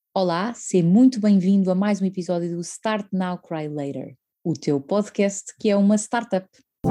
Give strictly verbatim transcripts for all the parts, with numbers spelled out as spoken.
Olá, seja muito bem-vindo a mais um episódio do Start Now, Cry Later, o teu podcast que é uma startup.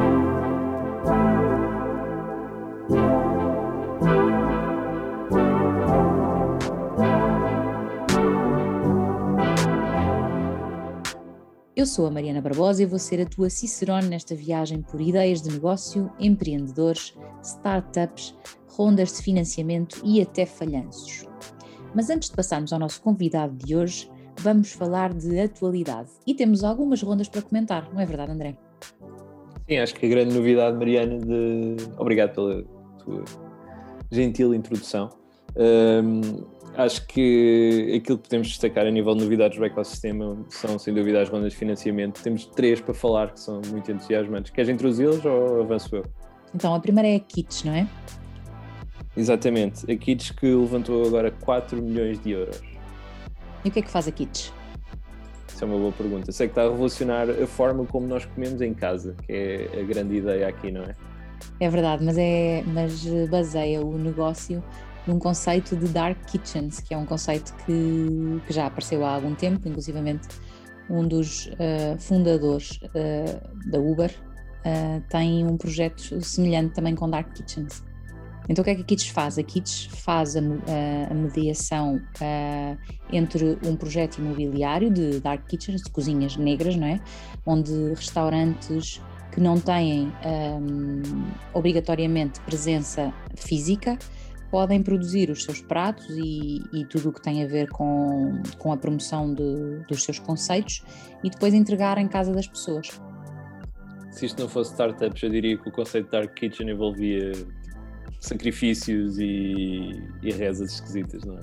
Eu sou a Mariana Barbosa e vou ser a tua cicerone nesta viagem por ideias de negócio, empreendedores, startups, rondas de financiamento e até falhanços. Mas antes de passarmos ao nosso convidado de hoje, vamos falar de atualidade e temos algumas rondas para comentar, não é verdade, André? Sim, acho que a grande novidade, Mariana, de... obrigado pela tua gentil introdução. Um, acho que aquilo que podemos destacar a nível de novidades do ecossistema são, sem dúvida, as rondas de financiamento. Temos três para falar que são muito entusiasmantes. Queres introduzi-las ou avanço eu? Então, a primeira é a Kits, não é? Exatamente, a Kits que levantou agora quatro milhões de euros. E o que é que faz a Kits? Isso é uma boa pergunta. Sei que está a revolucionar a forma como nós comemos em casa, que é a grande ideia aqui, não é? É verdade, mas, é, mas baseia o negócio num conceito de Dark Kitchens, que é um conceito que, que já apareceu há algum tempo, inclusivamente um dos uh, fundadores uh, da Uber uh, tem um projeto semelhante também com Dark Kitchens. Então o que é que a Kits faz? A Kits faz a, a, a mediação uh, entre um projeto imobiliário de Dark Kitchens, de cozinhas negras, não é? Onde restaurantes que não têm um, obrigatoriamente presença física podem produzir os seus pratos e, e tudo o que tem a ver com, com a promoção de, dos seus conceitos e depois entregar em casa das pessoas. Se isto não fosse startups, eu diria que o conceito de Dark Kitchen envolvia sacrifícios e, e rezas esquisitas, não é?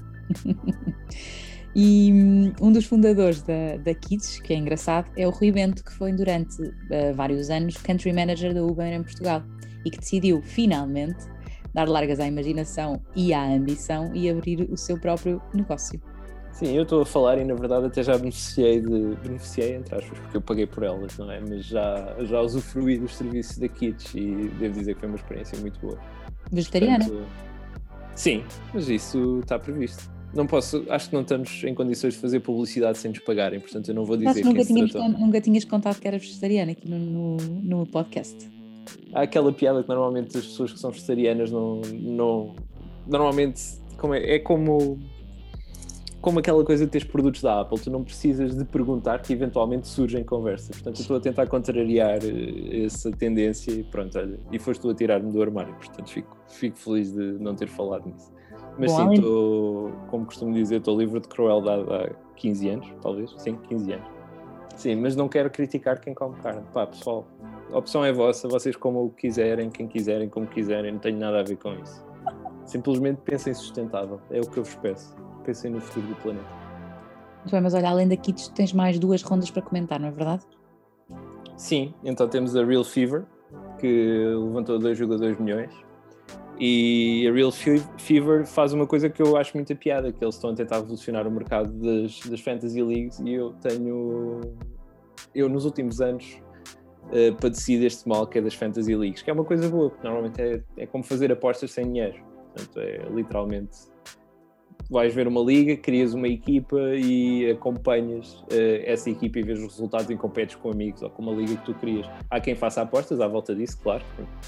E um dos fundadores da, da Kits, que é engraçado, é o Rui Bento, que foi durante uh, vários anos Country Manager da Uber em Portugal e que decidiu finalmente dar largas à imaginação e à ambição e abrir o seu próprio negócio. Sim, eu estou a falar e na verdade até já beneficiei, de, beneficiei entre aspas, porque eu paguei por elas, não é? Mas já, já usufruí dos serviços da Kits e devo dizer que foi uma experiência muito boa. Vegetariana? Portanto, sim, mas isso está previsto. Não posso, acho que não estamos em condições de fazer publicidade sem nos pagarem, portanto eu não vou dizer nunca quem se tínhamos, tratou. Nunca tinhas contado que eras vegetariana aqui no, no, no podcast. Há aquela piada que normalmente as pessoas que são vegetarianas não... não normalmente como é, é como... como aquela coisa de teres produtos da Apple, tu não precisas de perguntar que eventualmente surgem conversas. Portanto, eu estou a tentar contrariar essa tendência e pronto, olha, e foste tu a tirar-me do armário, portanto fico, fico feliz de não ter falado nisso. Mas Bom, sim, estou, como costumo dizer, estou livre de crueldade há quinze anos, talvez, sim, quinze anos. Sim, mas não quero criticar quem come carne. Pá, pessoal, a opção é vossa, vocês comam o que quiserem, quem quiserem, como quiserem, não tenho nada a ver com isso. Simplesmente pensem sustentável, é o que eu vos peço. Pensem no futuro do planeta. Muito bem, mas olha, além da Kits, tens mais duas rondas para comentar, não é verdade? Sim, então temos a Real Fever, que levantou dois vírgula dois milhões, e a Real Fever faz uma coisa que eu acho muito piada, que eles estão a tentar revolucionar o mercado das, das Fantasy Leagues, e eu tenho, eu nos últimos anos uh, padeci deste mal que é das Fantasy Leagues, que é uma coisa boa, porque normalmente é, é como fazer apostas sem dinheiro, portanto é literalmente... vais ver uma liga, crias uma equipa e acompanhas uh, essa equipa e vês os resultados e competes com amigos ou com uma liga que tu crias. Há quem faça apostas à volta disso, claro,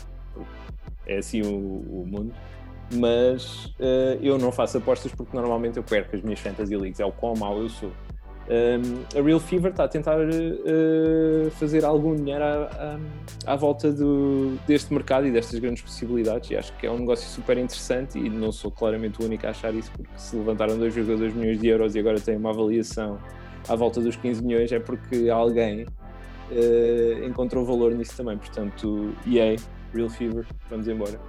é assim o, o mundo, mas uh, eu não faço apostas porque normalmente eu perco as minhas Fantasy Leagues, é o quão mau eu sou. Um, a Real Fever está a tentar uh, fazer algum dinheiro à, à, à volta do, deste mercado e destas grandes possibilidades, e acho que é um negócio super interessante e não sou claramente o único a achar isso, porque se levantaram dois vírgula dois milhões de euros e agora tem uma avaliação à volta dos quinze milhões é porque alguém uh, encontrou valor nisso também, portanto, E A, Real Fever, vamos embora.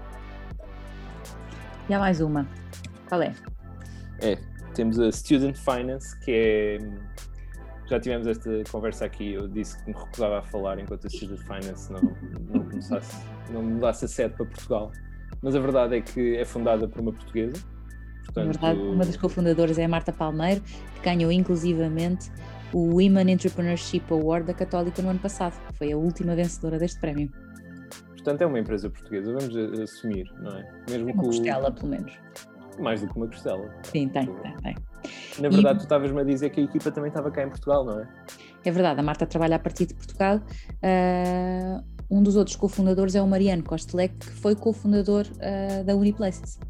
E há mais uma, qual é? É, temos a Student Finance, que é... Já tivemos esta conversa aqui, eu disse que me recusava a falar enquanto a Student Finance não, não, começasse, não mudasse a sede para Portugal. Mas a verdade é que é fundada por uma portuguesa. Portanto... Na verdade, uma das cofundadoras é a Marta Palmeiro, que ganhou inclusivamente o Women Entrepreneurship Award da Católica no ano passado. Foi a última vencedora deste prémio. Portanto, é uma empresa portuguesa, vamos assumir, não é? Mesmo uma que costela, pelo menos. Mais do que uma costela. Sim, tem, tem, tem. Na verdade, e... tu estavas-me a dizer que a equipa também estava cá em Portugal, não é? É verdade, a Marta trabalha a partir de Portugal. Uh, um dos outros cofundadores é o Mariano Kostelec, que foi cofundador uh, da Uniplaces.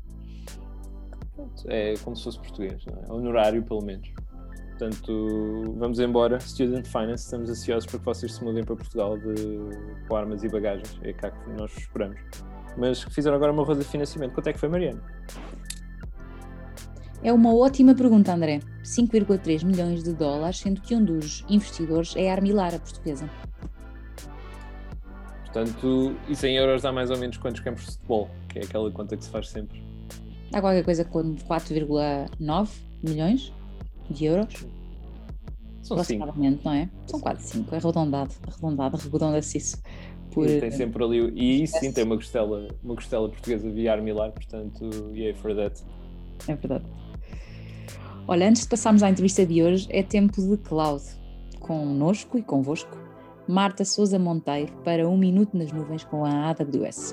É como se fosse português, não é? Honorário, pelo menos. Portanto, vamos embora. Student Finance, estamos ansiosos para que vocês se mudem para Portugal de, com armas e bagagens. É cá que nós esperamos. Mas fizeram agora uma roda de financiamento. Quanto é que foi, Mariano? É uma ótima pergunta, André. cinco vírgula três milhões de dólares, sendo que um dos investidores é a Armilar, a portuguesa. Portanto, isso em euros dá mais ou menos quantos campos de futebol? Que é aquela conta que se faz sempre. Dá qualquer coisa com quatro vírgula nove milhões de euros. São aproximadamente, cinco. Não é? São quase cinco, é arredondado, arredondado, arredonda-se isso. Por... E tem sempre ali, e isso sim tem uma costela, uma costela portuguesa via Armilar, portanto, yay for that. É verdade. Olha, antes de passarmos à entrevista de hoje, é tempo de cloud. Connosco e convosco, Marta Sousa Monteiro, para um minuto nas nuvens com a A W S.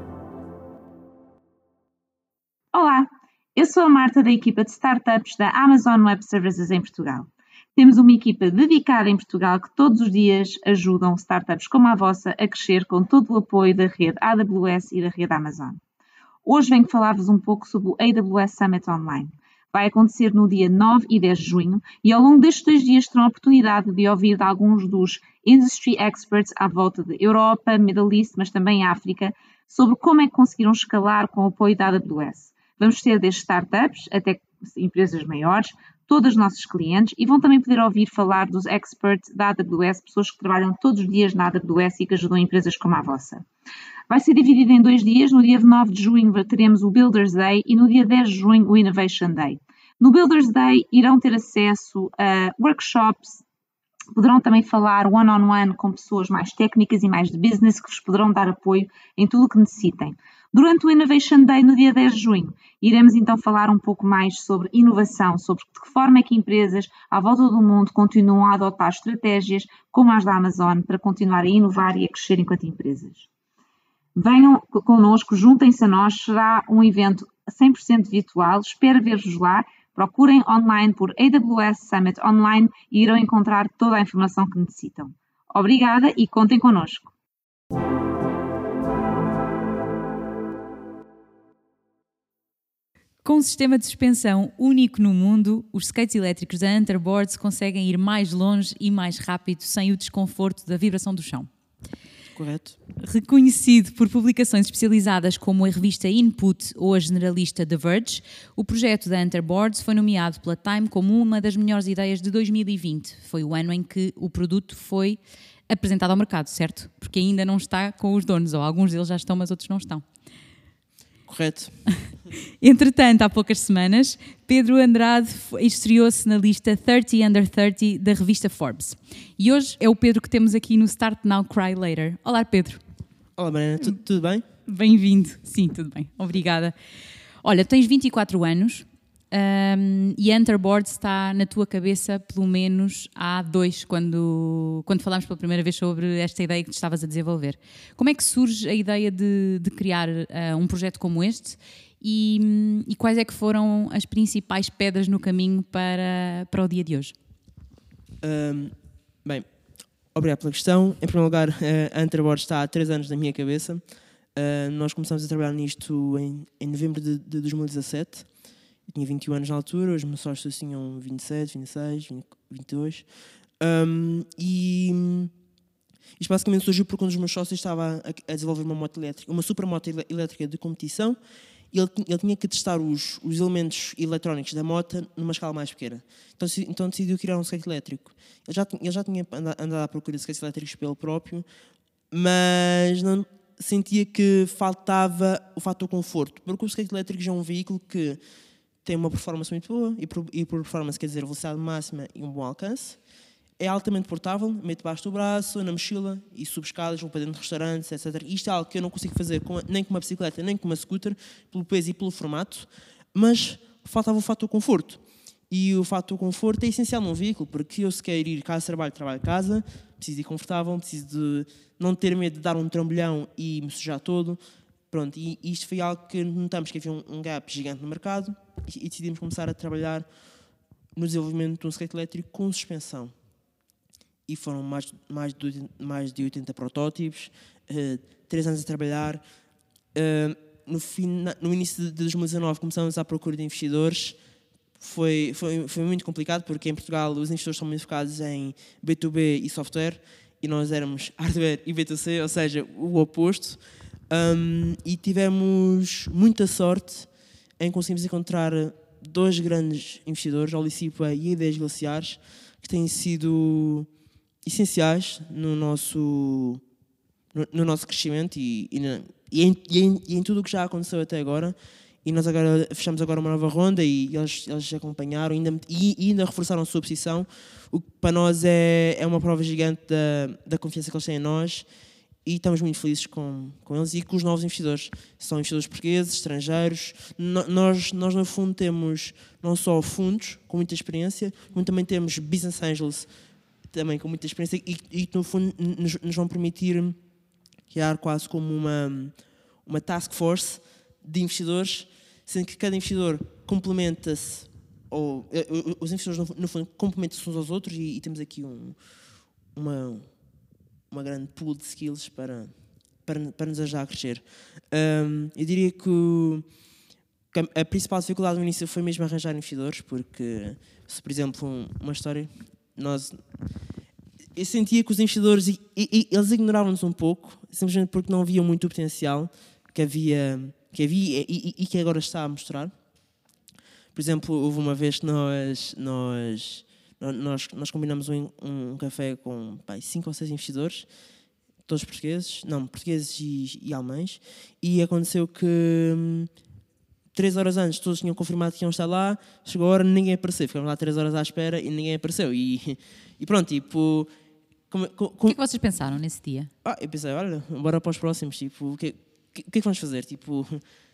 Olá, eu sou a Marta da equipa de startups da Amazon Web Services em Portugal. Temos uma equipa dedicada em Portugal que todos os dias ajudam startups como a vossa a crescer com todo o apoio da rede A W S e da rede Amazon. Hoje venho falar-vos um pouco sobre o A W S Summit Online. Vai acontecer no dia nove e dez de junho e ao longo destes dois dias terão a oportunidade de ouvir de alguns dos industry experts à volta de Europa, Middle East, mas também África, sobre como é que conseguiram escalar com o apoio da A W S. Vamos ter desde startups até empresas maiores, todos os nossos clientes, e vão também poder ouvir falar dos experts da A W S, pessoas que trabalham todos os dias na A W S e que ajudam empresas como a vossa. Vai ser dividido em dois dias. No dia nove de junho teremos o Builders Day e no dia dez de junho o Innovation Day. No Builders Day irão ter acesso a workshops, poderão também falar one-on-one com pessoas mais técnicas e mais de business que vos poderão dar apoio em tudo o que necessitem. Durante o Innovation Day, no dia dez de junho, iremos então falar um pouco mais sobre inovação, sobre de que forma é que empresas à volta do mundo continuam a adotar estratégias como as da Amazon para continuar a inovar e a crescer enquanto empresas. Venham connosco, juntem-se a nós, será um evento cem por cento virtual, espero ver-vos lá. Procurem online por A W S Summit Online e irão encontrar toda a informação que necessitam. Obrigada e contem connosco. Com um sistema de suspensão único no mundo, os skates elétricos da Hunterboards conseguem ir mais longe e mais rápido sem o desconforto da vibração do chão. Correto. Reconhecido por publicações especializadas como a revista Input ou a generalista The Verge, o projeto da Hunterboards foi nomeado pela Time como uma das melhores ideias de dois mil e vinte. Foi o ano em que o produto foi apresentado ao mercado, certo? Porque ainda não está com os donos, ou alguns deles já estão, mas outros não estão. Correto. Entretanto, há poucas semanas, Pedro Andrade estreou-se na lista trinta under trinta da revista Forbes. E hoje é o Pedro que temos aqui no Start Now, Cry Later. Olá, Pedro. Olá, Mariana. Tudo, tudo bem? Bem-vindo. Sim, tudo bem. Obrigada. Olha, tens vinte e quatro anos um, e a Hunterboards está na tua cabeça pelo menos há dois, quando, quando falámos pela primeira vez sobre esta ideia que te estavas a desenvolver. Como é que surge a ideia de, de criar uh, um projeto como este? E, e quais é que foram as principais pedras no caminho para, para o dia de hoje? Um, bem, obrigado pela questão. Em primeiro lugar, a Hunterboards está há três anos na minha cabeça. Uh, nós começamos a trabalhar nisto em, em novembro de, de dois mil e dezassete. Eu tinha vinte e um anos na altura, os meus sócios tinham vinte e sete, vinte e seis, vinte e dois. Um, e isto basicamente surgiu porque um dos meus sócios estava a, a desenvolver uma moto elétrica, uma super moto elétrica de competição. Ele, ele tinha que testar os, os elementos eletrónicos da moto numa escala mais pequena. Então, então decidiu criar um skate elétrico. Ele já, ele já tinha andado à procura de skates elétricos pelo próprio, mas não, sentia que faltava o fator conforto, porque o skate elétrico já é um veículo que tem uma performance muito boa, e por, e por performance quer dizer velocidade máxima e um bom alcance. É altamente portável, meto debaixo do braço, na mochila e subo escadas, vou para dentro de restaurantes, etcétera. Isto é algo que eu não consigo fazer com, nem com uma bicicleta, nem com uma scooter, pelo peso e pelo formato, mas faltava o fator conforto. E o fator conforto é essencial num veículo, porque eu se quero ir casa de trabalho, trabalho de casa, preciso ir confortável, preciso de não ter medo de dar um trambolhão e me sujar todo. Pronto, e isto foi algo que notamos que havia um, um gap gigante no mercado e, e decidimos começar a trabalhar no desenvolvimento de um skate elétrico com suspensão. E foram mais, mais, de, mais de oitenta protótipos, uh, três anos a trabalhar. Uh, no, fim, no início de dois mil e dezanove começamos à procura de investidores. Foi, foi, foi muito complicado porque em Portugal os investidores são muito focados em B dois B e software e nós éramos hardware e B dois C, ou seja, o oposto. Um, e tivemos muita sorte em conseguirmos encontrar dois grandes investidores, a Olicipa e a Ideias Glaciares, que têm sido essenciais no nosso, no, no nosso crescimento e, e, na, e, em, e, em, e em tudo o que já aconteceu até agora. E nós agora fechamos agora uma nova ronda e eles, eles acompanharam ainda, e, e ainda reforçaram a sua posição, o que para nós é, é uma prova gigante da, da confiança que eles têm em nós. E estamos muito felizes com, com eles e com os novos investidores. São investidores portugueses, estrangeiros. No, nós, nós, no fundo, temos não só fundos com muita experiência, como também temos business angels também com muita experiência e que, no fundo, nos, nos vão permitir criar quase como uma, uma task force de investidores, sendo que cada investidor complementa-se, ou os investidores, no, no fundo, complementam-se uns aos outros e, e temos aqui um, uma... uma grande pool de skills para, para, para nos ajudar a crescer. Um, eu diria que, que a principal dificuldade no início foi mesmo arranjar investidores, porque, se por exemplo, um, uma história, nós, eu sentia que os investidores, e, e, eles ignoravam-nos um pouco, simplesmente porque não viam muito o potencial que havia, que havia e, e, e que agora está a mostrar. Por exemplo, houve uma vez que nós... nós Nós, nós combinamos um, um café com pai, cinco ou seis investidores, todos portugueses, não, portugueses e, e alemães, e aconteceu que hum, três horas antes todos tinham confirmado que iam estar lá, chegou a hora, ninguém apareceu, ficamos lá três horas à espera e ninguém apareceu. E, e pronto, tipo... Como, como, o que é que vocês pensaram nesse dia? Ah, eu pensei, olha, bora para os próximos, tipo, o que, que, que é que vamos fazer? Tipo,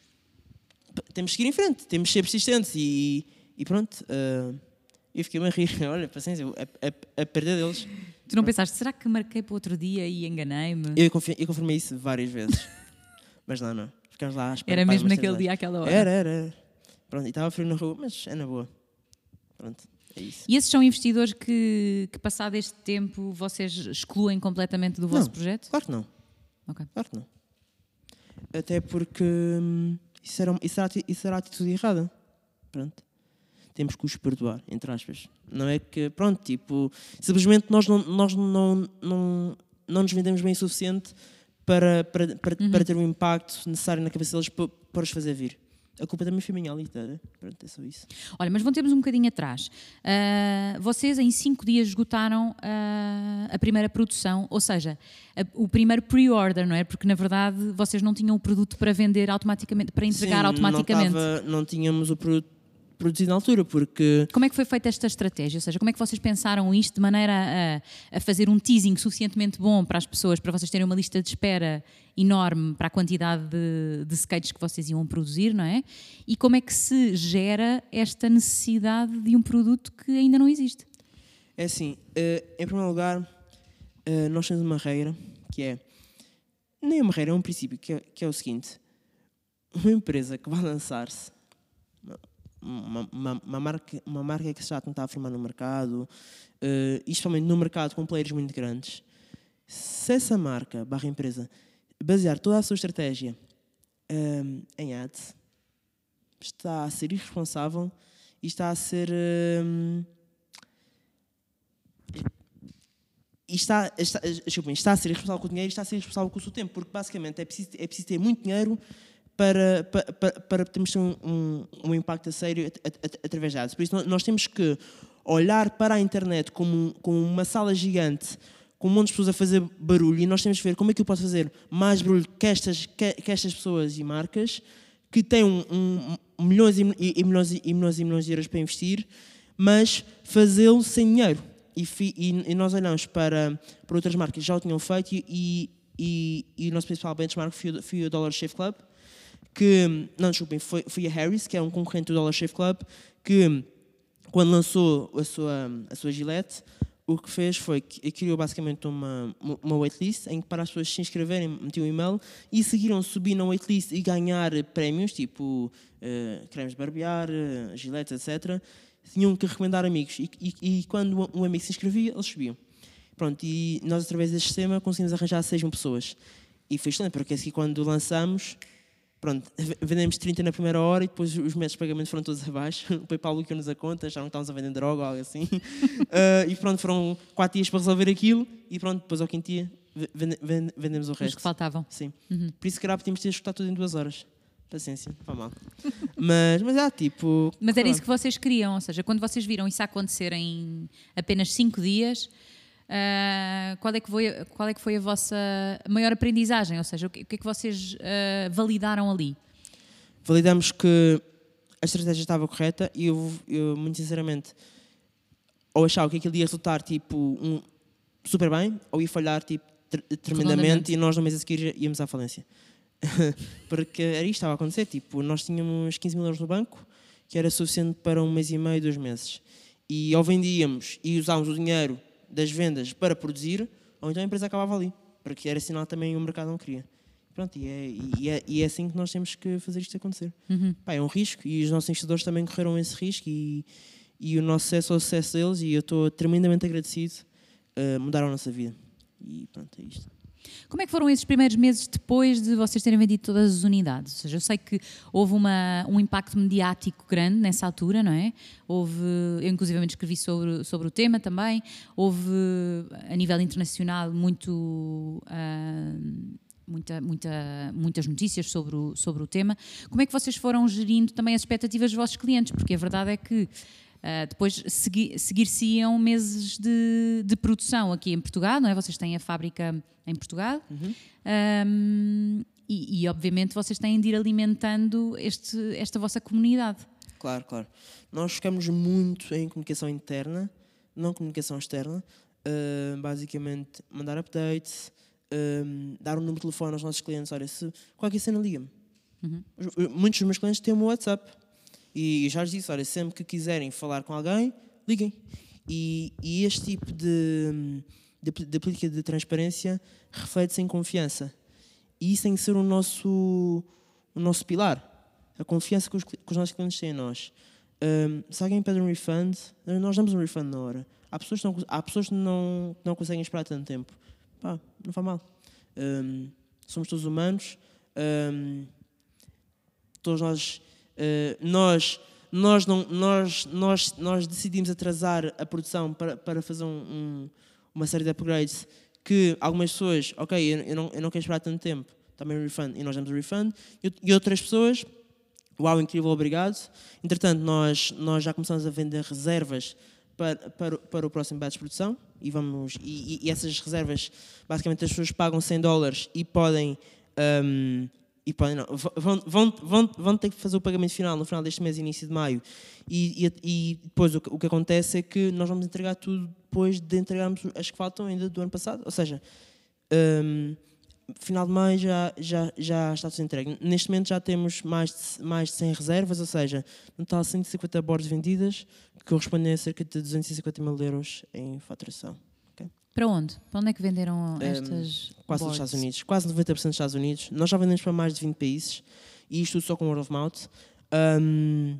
temos que ir em frente, temos que ser persistentes e, e pronto... Uh, eu fiquei-me a rir, olha, paciência, a, a, a perder deles. Tu não pensaste, será que marquei para outro dia e enganei-me? Eu, confi- eu confirmei isso várias vezes, mas não, não. Ficámos lá à espera. Era mesmo naquele dia, àquela hora? Era, era, era. Pronto, e estava frio na rua, mas é na boa. Pronto, é isso. E esses são investidores que, que passado este tempo, vocês excluem completamente do vosso não, projeto? Claro que não. Okay. Claro que não. Até porque hum, isso, era, isso, era, isso era a atitude errada. Pronto. Temos que os perdoar, entre aspas. Não é que, pronto, tipo, simplesmente nós não, nós não, não, não nos vendemos bem o suficiente para, para, para, uhum. para ter um impacto necessário na cabeça deles para, para os fazer vir. A culpa também foi minha ali, tá? Pronto, é só isso. Olha, mas vamos um bocadinho atrás. Uh, vocês em cinco dias esgotaram uh, a primeira produção, ou seja, a, o primeiro pre-order, não é? Porque na verdade vocês não tinham o produto para vender automaticamente, para entregar Sim, automaticamente. Não, tava, não tínhamos o produto produzido na altura, porque... Como é que foi feita esta estratégia? Ou seja, como é que vocês pensaram isto de maneira a, a fazer um teasing suficientemente bom para as pessoas, para vocês terem uma lista de espera enorme para a quantidade de, de skates que vocês iam produzir, não é? E como é que se gera esta necessidade de um produto que ainda não existe? É assim, em primeiro lugar, nós temos uma regra, que é... Nem uma regra, é um princípio, que é, que é o seguinte. Uma empresa que vai lançar-se, Uma, uma, uma, marca, uma marca que se já está a formar no mercado, uh, e especialmente no mercado com players muito grandes, se essa marca barra empresa basear toda a sua estratégia um, em ads, está a ser irresponsável e está a ser um, e está, está, desculpem, está a ser irresponsável com o dinheiro e está a ser irresponsável com o seu tempo, porque basicamente é preciso, é preciso ter muito dinheiro para, para, para, para termos um, um, um impacto a sério através de ads. Por isso nós temos que olhar para a internet como, como uma sala gigante, com um monte de pessoas a fazer barulho, e nós temos que ver como é que eu posso fazer mais barulho que estas, que, que estas pessoas e marcas que têm um, um, milhões, e, e, milhões, e milhões e milhões de euros para investir, mas fazê-lo sem dinheiro. E, e, e nós olhamos para, para outras marcas que já o tinham feito e, e, e o nosso principal benchmark foi, foi o Dollar Shave Club, que, não, desculpem, foi, foi a Harry's, que é um concorrente do Dollar Shave Club, que quando lançou a sua, a sua Gillette, o que fez foi que criou basicamente uma, uma waitlist em que para as pessoas se inscreverem, metiam um e-mail e seguiram subir na waitlist e ganhar prémios, tipo uh, cremes de barbear, uh, Gillette, etcétera, tinham que recomendar amigos. E, e, e quando um amigo se inscrevia, eles subiam. Pronto, e nós, através deste sistema, conseguimos arranjar seis mil pessoas. E foi excelente, porque assim, quando lançamos, pronto, vendemos trinta na primeira hora e depois os métodos de pagamento foram todos abaixo. O PayPal bloqueou-nos a conta, já não estávamos a vender droga ou algo assim. uh, e pronto, foram quatro dias para resolver aquilo e pronto, depois ao quinto dia vende, vende, vendemos o resto. Os que faltavam. Sim. Uhum. Por isso que era podíamos ter escutado tudo em duas horas. Paciência, não mal. mas, mas é tipo... Mas era claro. isso que vocês queriam, ou seja, quando vocês viram isso acontecer em apenas cinco dias... Uh, qual, é que foi, qual é que foi a vossa maior aprendizagem? Ou seja, o que, o que é que vocês uh, validaram ali? Validamos que a estratégia estava correta e eu, eu muito sinceramente, ou achava que aquilo ia resultar tipo, um, super bem, ou ia falhar tipo, tremendamente e nós no mês a seguir íamos à falência. Porque era isto que estava a acontecer. Tipo, nós tínhamos quinze mil euros no banco, que era suficiente para um mês e meio, dois meses. E ou vendíamos e usávamos o dinheiro das vendas para produzir, ou então a empresa acabava ali, porque era sinal também o mercado não queria. Pronto, e é, e é, e é assim que nós temos que fazer isto acontecer. Uhum. Pá, é um risco e os nossos investidores também correram esse risco e, e o nosso sucesso é o sucesso deles e eu estou tremendamente agradecido, uh, mudaram a nossa vida. E pronto, é isto. Como é que foram esses primeiros meses depois de vocês terem vendido todas as unidades? Ou seja, eu sei que houve uma, um impacto mediático grande nessa altura, não é? Houve, eu inclusive escrevi sobre, sobre o tema também, houve a nível internacional muito, uh, muita, muita, muitas notícias sobre o, sobre o tema. Como é que vocês foram gerindo também as expectativas dos vossos clientes? Porque a verdade é que Uh, depois segui, seguir-se-iam meses de, de produção aqui em Portugal, não é? Vocês têm a fábrica em Portugal. Uhum. Um, e, e obviamente vocês têm de ir alimentando este, esta vossa comunidade. Claro, claro. Nós focamos muito em comunicação interna, não comunicação externa. Uh, basicamente, mandar updates, uh, dar um número de telefone aos nossos clientes. Olha, se qualquer cena, liga-me. Uhum. Muitos dos meus clientes têm o meu WhatsApp. E já lhes disse, olha, sempre que quiserem falar com alguém, liguem. E, e este tipo de, de, de política de transparência reflete-se em confiança. E isso tem que ser o nosso, o nosso pilar. A confiança que os, que os nossos clientes têm em nós. Um, se alguém pede um refund, nós damos um refund na hora. Há pessoas que não, há pessoas que não, que não conseguem esperar tanto tempo. Pá, não faz mal. Um, somos todos humanos. Um, todos nós... Uh, nós, nós, não, nós, nós, nós decidimos atrasar a produção para, para fazer um, um, uma série de upgrades que algumas pessoas, ok, eu, eu, não, eu não quero esperar tanto tempo, também um refund, e nós damos o refund, e, e outras pessoas, uau, incrível, obrigado. Entretanto, nós, nós já começamos a vender reservas para, para, para o próximo batch de produção, e, vamos, e, e essas reservas, basicamente as pessoas pagam cem dólares e podem... Um, E podem, não, vão, vão, vão, vão ter que fazer o pagamento final no final deste mês, início de maio. E, e, e depois o que, o que acontece é que nós vamos entregar tudo depois de entregarmos as que faltam ainda do ano passado. Ou seja, um, final de maio já, já, já está tudo entregue. Neste momento já temos mais de, mais de cem reservas, ou seja, no total cento e cinquenta boards vendidas, que correspondem a cerca de duzentos e cinquenta mil euros em faturação. Para onde? Para onde é que venderam estas um, Quase boards? nos Estados Unidos. Quase noventa por cento dos Estados Unidos. Nós já vendemos para mais de vinte países. E isto tudo só com word of mouth. Um,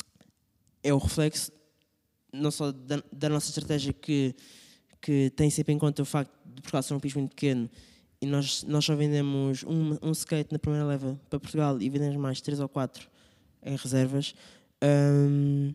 é o reflexo não só da, da nossa estratégia que, que tem sempre em conta o facto de Portugal ser um país muito pequeno e nós, nós só vendemos um, um skate na primeira leva para Portugal e vendemos mais três ou quatro em reservas. Um,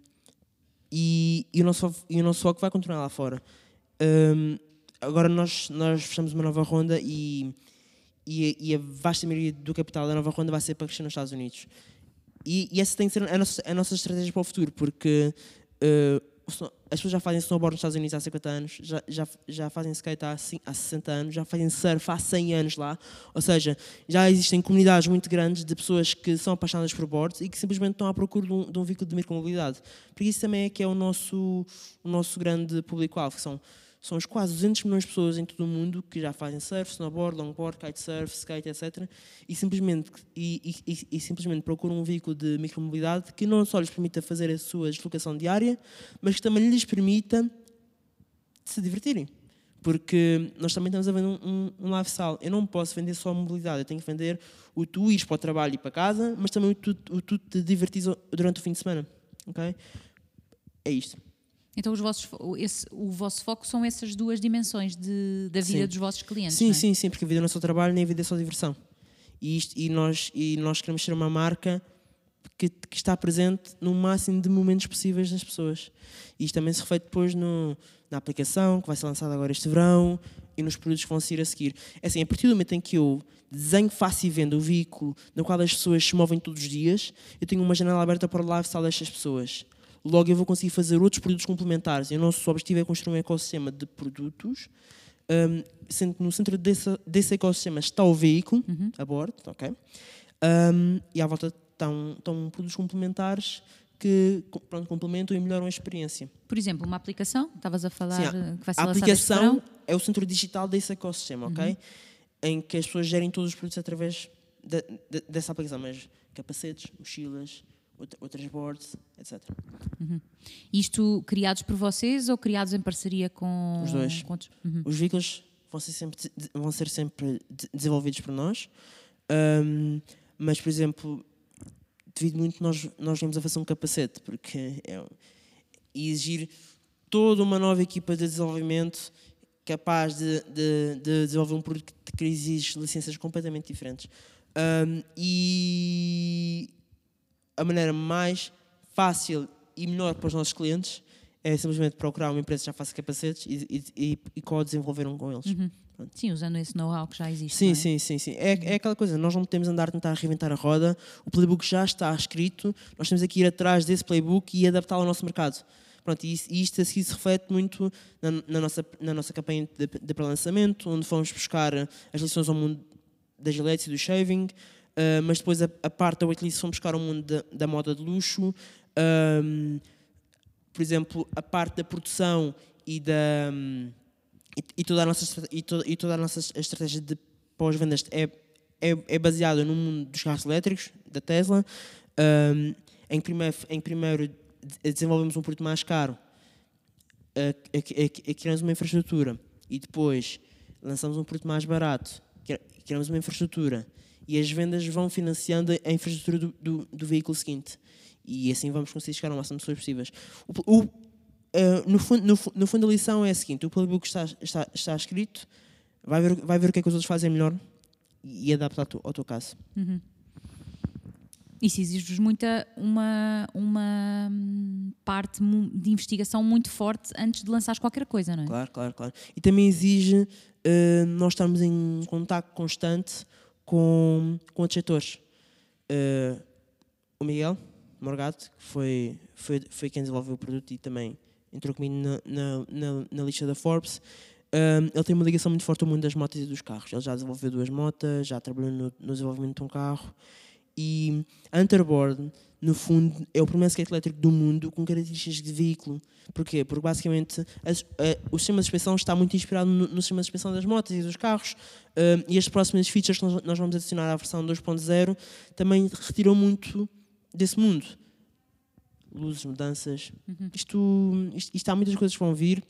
e, e, o nosso, e o nosso foco vai continuar lá fora. Um, Agora nós, nós fechamos uma nova ronda e, e, e a vasta maioria do capital da nova ronda vai ser para crescer nos Estados Unidos. E, e essa tem que ser a nossa, a nossa estratégia para o futuro, porque uh, as pessoas já fazem snowboard nos Estados Unidos há cinquenta anos, já, já, já fazem skate há, há sessenta anos, já fazem surf há cem anos lá. Ou seja, já existem comunidades muito grandes de pessoas que são apaixonadas por boards e que simplesmente estão à procura de um, de um veículo de micromobilidade. Porque isso também é que é o nosso, o nosso grande público-alvo, que são São os quase duzentos milhões de pessoas em todo o mundo que já fazem surf, snowboard, longboard, kitesurf, skate, etcétera. E simplesmente, e, e, e simplesmente procuram um veículo de micromobilidade que não só lhes permita fazer a sua deslocação diária, mas que também lhes permita se divertirem. Porque nós também estamos a vender um, um, um lifestyle. Eu não posso vender só a mobilidade, eu tenho que vender o tu ires para o trabalho e para casa, mas também o tu, o tu te divertir durante o fim de semana. Okay? é isto. Então os vossos, esse, o vosso foco são essas duas dimensões de, da vida Sim. dos vossos clientes, Sim, não é? sim, sim, porque a vida não é só trabalho, nem a vida é só diversão. E, isto, e, nós, e nós queremos ser uma marca que, que está presente no máximo de momentos possíveis das pessoas. E isto também se reflete depois no, na aplicação, que vai ser lançada agora este verão, e nos produtos que vão sair a seguir. É assim, a partir do momento em que eu desenho, faço e vendo o veículo no qual as pessoas se movem todos os dias, eu tenho uma janela aberta para o lifestyle destas pessoas. Logo eu vou conseguir fazer outros produtos complementares. E o nosso objetivo é construir um ecossistema de produtos, um, sendo que no centro desse, desse ecossistema está o veículo, uhum. a bordo, ok? Um, e à volta estão, estão produtos complementares que pronto, complementam e melhoram a experiência. Por exemplo, uma aplicação, estavas a falar, Sim, que vai ser a lançada este aplicação verão. é o centro digital desse ecossistema, ok? Uhum. Em que as pessoas gerem todos os produtos através de, de, dessa aplicação, mas capacetes, mochilas, outras boards, etcétera. Uhum. Isto criados por vocês ou criados em parceria com os dois? Com outros? Uhum. Os veículos vão ser sempre, vão ser sempre desenvolvidos por nós, um, mas, por exemplo, devido muito nós nós viemos a fazer um capacete, porque é exigir toda uma nova equipa de desenvolvimento capaz de, de, de desenvolver um produto que exige licenças completamente diferentes. Um, e a maneira mais fácil e melhor para os nossos clientes é simplesmente procurar uma empresa que já faça capacetes e, e, e, e co-desenvolver um com eles. Uhum. Sim, usando esse know-how que já existe. Sim, é? sim, sim, sim. É, é aquela coisa, nós não podemos andar a tentar reinventar a roda, o playbook já está escrito, nós temos que ir atrás desse playbook e adaptá-lo ao nosso mercado. Pronto, e isto assim se reflete muito na, na, nossa, na nossa campanha de, de pré-lançamento, onde fomos buscar as lições ao mundo das giletes e do shaving, uh, mas depois a, a parte da weightlist fomos buscar ao mundo da, da moda de luxo, um, por exemplo, a parte da produção e da... Um, E, e, toda a nossa, e, toda, e toda a nossa estratégia de pós-vendas é, é, é baseada no mundo dos carros elétricos, da Tesla, um, em, primeiro, em primeiro desenvolvemos um produto mais caro, a, a, a, a, criamos uma infraestrutura, e depois lançamos um produto mais barato, criamos uma infraestrutura, e as vendas vão financiando a infraestrutura do, do, do veículo seguinte. E assim vamos conseguir chegar ao máximo de pessoas possíveis. O, o, Uh, no, fundo, no, no fundo a lição é a seguinte: o playbook está, está, está escrito, vai ver, vai ver o que é que os outros fazem melhor e, e adapta ao, tu, ao teu caso. Uhum. Isso exige-vos muita uma, uma parte de investigação muito forte antes de lançares qualquer coisa, não é? Claro, claro, claro. E também exige uh, nós estarmos em contacto constante com, com outros setores. Uh, o Miguel Morgado, que foi, foi, foi quem desenvolveu o produto e também entrou comigo na, na, na, na lista da Forbes. Um, ele tem uma ligação muito forte ao mundo das motas e dos carros. Ele já desenvolveu duas motas, já trabalhou no, no desenvolvimento de um carro. E a Underboard, no fundo, é o primeiro skate elétrico do mundo com características de veículo. Porquê? Porque basicamente as, a, o sistema de suspensão está muito inspirado no, no sistema de suspensão das motas e dos carros. Um, e as próximas features que nós, nós vamos adicionar à versão dois ponto zero também retiram muito desse mundo. Luzes, mudanças, uhum. isto, isto, isto há muitas coisas que vão vir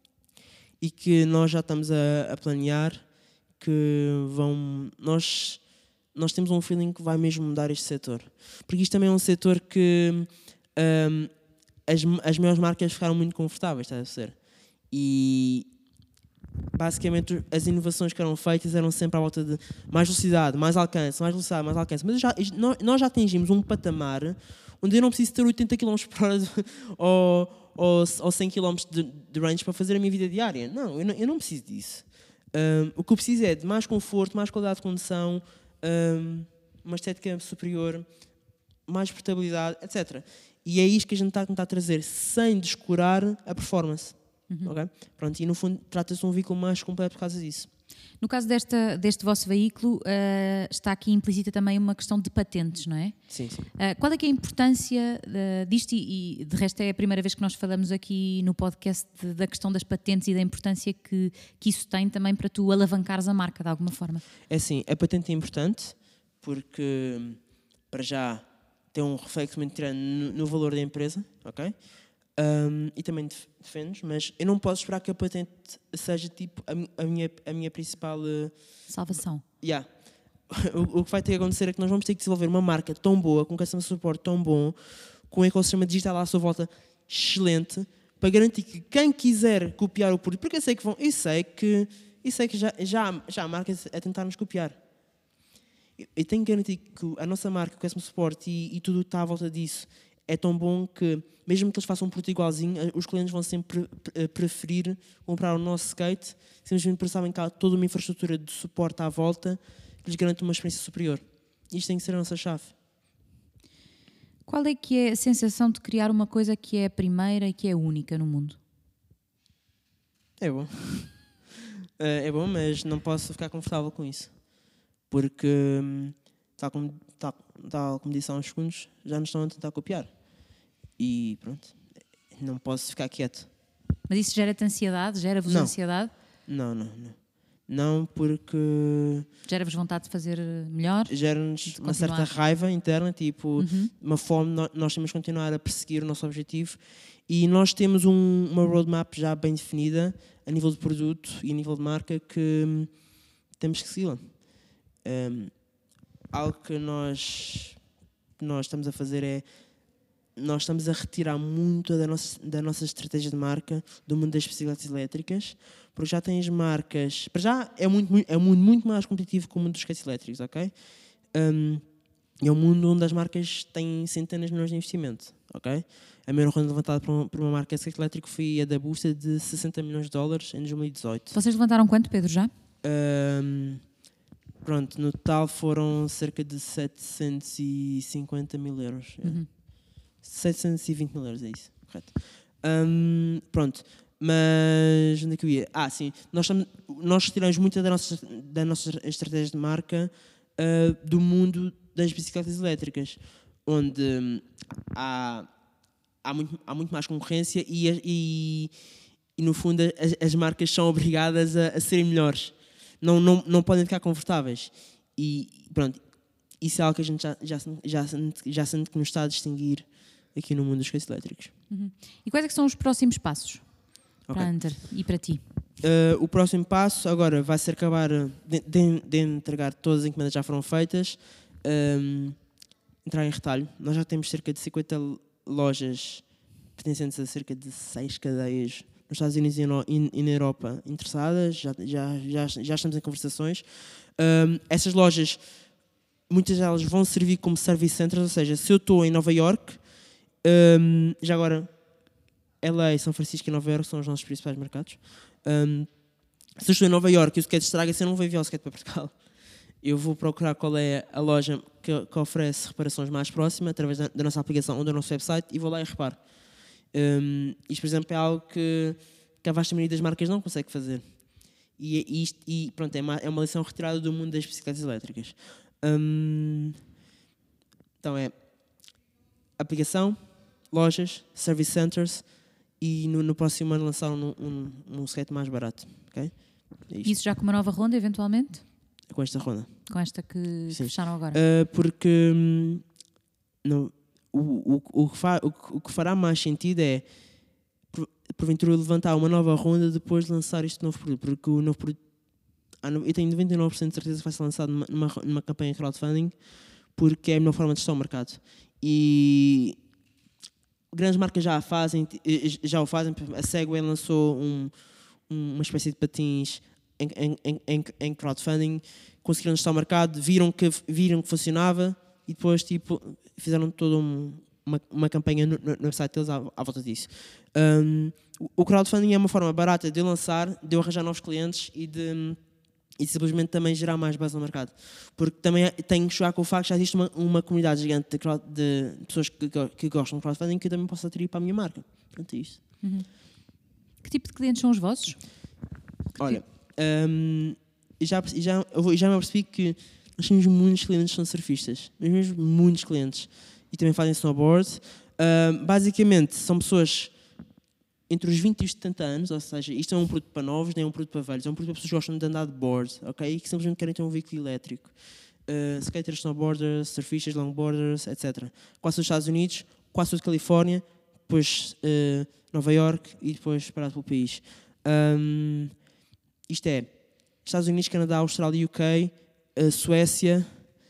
e que nós já estamos a, a planear, que vão, nós, nós temos um feeling que vai mesmo mudar este setor, porque isto também é um setor que um, as, as maiores marcas ficaram muito confortáveis, está a ser, e basicamente as inovações que eram feitas eram sempre à volta de mais velocidade, mais alcance, mais velocidade, mais alcance, mas já, nós já atingimos um patamar onde eu não preciso ter oitenta quilómetros por hora de, ou, ou, ou cem quilómetros de, de range para fazer a minha vida diária. Não, eu não, eu não preciso disso. Um, o que eu preciso é de mais conforto, mais qualidade de condução, um, uma estética superior, mais portabilidade, etcétera. E é isto que a gente está a tentar trazer, sem descurar a performance. Uhum. Okay? Pronto, e no fundo trata-se de um veículo mais completo por causa disso. No caso desta, deste vosso veículo, uh, está aqui implícita também uma questão de patentes, não é? Sim, sim. Uh, qual é que é a importância uh, disto? E, e de resto é a primeira vez que nós falamos aqui no podcast de, da questão das patentes e da importância que, que isso tem também para tu alavancares a marca de alguma forma. É assim, a patente é importante porque, para já, tem um reflexo muito grande no, no valor da empresa, ok? Um, e também defendes, mas eu não posso esperar que a patente seja tipo a, a, minha, a minha principal uh, salvação. Yeah. o, o que vai ter que acontecer é que nós vamos ter que desenvolver uma marca tão boa, com customer support tão bom, com um ecossistema digital à sua volta excelente para garantir que quem quiser copiar o produto, porque eu sei que vão, eu sei que, eu sei que já, já, já há marcas a tentar nos copiar. Eu, eu tenho que garantir que a nossa marca, o Customer Support e, e tudo o que está à volta disso é tão bom que, mesmo que eles façam um produto igualzinho, os clientes vão sempre preferir comprar o nosso skate, simplesmente porque sabem que há toda uma infraestrutura de suporte à volta que lhes garante uma experiência superior. Isto tem que ser a nossa chave. Qual é que é a sensação de criar uma coisa que é a primeira e que é única no mundo? É bom. É bom, mas não posso ficar confortável com isso. Porque, tal como, tal, tal como disse há uns segundos, já nos estão a tentar copiar. E pronto, não posso ficar quieto. Mas isso gera-te ansiedade? Gera-vos Não. ansiedade? Não, não, não. Não, porque Gera-vos vontade de fazer melhor? gera-nos uma certa raiva interna, tipo, Uhum. uma fome, no- nós temos que continuar a perseguir o nosso objetivo e nós temos um- uma roadmap já bem definida a nível de produto e a nível de marca que hum, temos que segui-la. Um, algo que nós, nós estamos a fazer é nós estamos a retirar muito da nossa, da nossa estratégia de marca do mundo das bicicletas elétricas, porque já tens marcas... Para já é, muito, muito- é um mundo muito mais competitivo que o mundo dos skates elétricos, ok? Um, é um mundo onde as marcas têm centenas de milhões de investimento, ok? A maior ronda levantada por uma, por uma marca de skate elétrico foi a da Booster de sessenta milhões de dólares em dois mil e dezoito. Vocês levantaram quanto, Pedro, já? Um, pronto, no total foram cerca de setecentos e cinquenta mil euros. é. Uhum. setecentos e vinte mil euros, é isso, correto. Um, pronto, mas onde é que eu ia? Ah, sim, nós, estamos, nós retiramos muito da nossa, da nossa estratégia de marca uh, do mundo das bicicletas elétricas, onde hum, há, há, muito, há muito mais concorrência e, e, e no fundo, as, as marcas são obrigadas a, a serem melhores, não, não, não podem ficar confortáveis. E pronto, isso é algo que a gente já, já, já, sente, já sente que nos está a distinguir aqui no mundo dos skates elétricos. Uhum. E quais é que são os próximos passos Ok. para a Hunter e para ti? Uh, o próximo passo agora vai ser acabar de, de, de entregar todas as encomendas que já foram feitas, um, entrar em retalho. Nós já temos cerca de cinquenta lojas pertencentes a cerca de seis cadeias nos Estados Unidos e, no, e, e na Europa interessadas, já, já, já, já estamos em conversações. Um, essas lojas, muitas delas vão servir como service centers, ou seja, se eu estou em Nova York, um, já agora L A, São Francisco e Nova York são os nossos principais mercados. Um, se eu estou em Nova York e o skate estraga-se, eu não vou enviar o skate para Portugal. Eu vou procurar qual é a loja que, que oferece reparações mais próxima, através da, da nossa aplicação ou do nosso website, e vou lá e reparo. Um, isto, por exemplo, é algo que, que a vasta maioria das marcas não consegue fazer. E, e, isto, e pronto, é uma, é uma lição retirada do mundo das bicicletas elétricas. Um, então é aplicação, lojas, service centers, e no, no próximo ano lançar um, um, um skate mais barato. Okay? É isto. Isso já com uma nova ronda, eventualmente? Com esta ronda. Com esta que, que Sim. fecharam agora? Uh, porque hum, no, o, o, o, que fa, o, que- o que fará mais sentido é por- porventura levantar uma nova ronda depois de lançar este novo produto, porque o novo produto, há no- eu tenho noventa e nove por cento de certeza que vai ser lançado numa, numa, numa campanha de crowdfunding, porque é a melhor forma de estar no mercado. E grandes marcas já a fazem, eh, já o fazem. Por exemplo, a Segway lançou um, um- uma espécie de patins em, em, em, em- em crowdfunding, conseguiram estar ao mercado, viram que, viram que funcionava e depois tipo, fizeram toda um, uma, uma campanha no, no website deles à, à volta disso. Um, o- o crowdfunding é uma forma barata de lançar, de eu arranjar novos clientes e de, e de simplesmente também gerar mais base no mercado. Porque também tenho que jogar com o facto que já existe uma, uma comunidade gigante de, crowd, de pessoas que, que gostam de crowdfunding que eu também posso atrair para a minha marca. Pronto, é isso. Que tipo de clientes são os vossos? Olha, hum, já, já, eu vou- já me apercebi que nós temos muitos clientes que são surfistas, mas mesmo muitos clientes, e também fazem snowboard. Hum, basicamente, são pessoas entre os vinte e os setenta anos, ou seja, isto é um produto para novos, nem é um produto para velhos, é um produto para pessoas que gostam de andar de board, ok? E que simplesmente querem ter um veículo elétrico. Uh, skaters, snowboarders, surfistas, longboarders, etcétera. Quase os Estados Unidos, quase a Califórnia, depois uh, Nova York e depois parado pelo país. Um, isto é Estados Unidos, Canadá, Austrália, U K, uh, Suécia.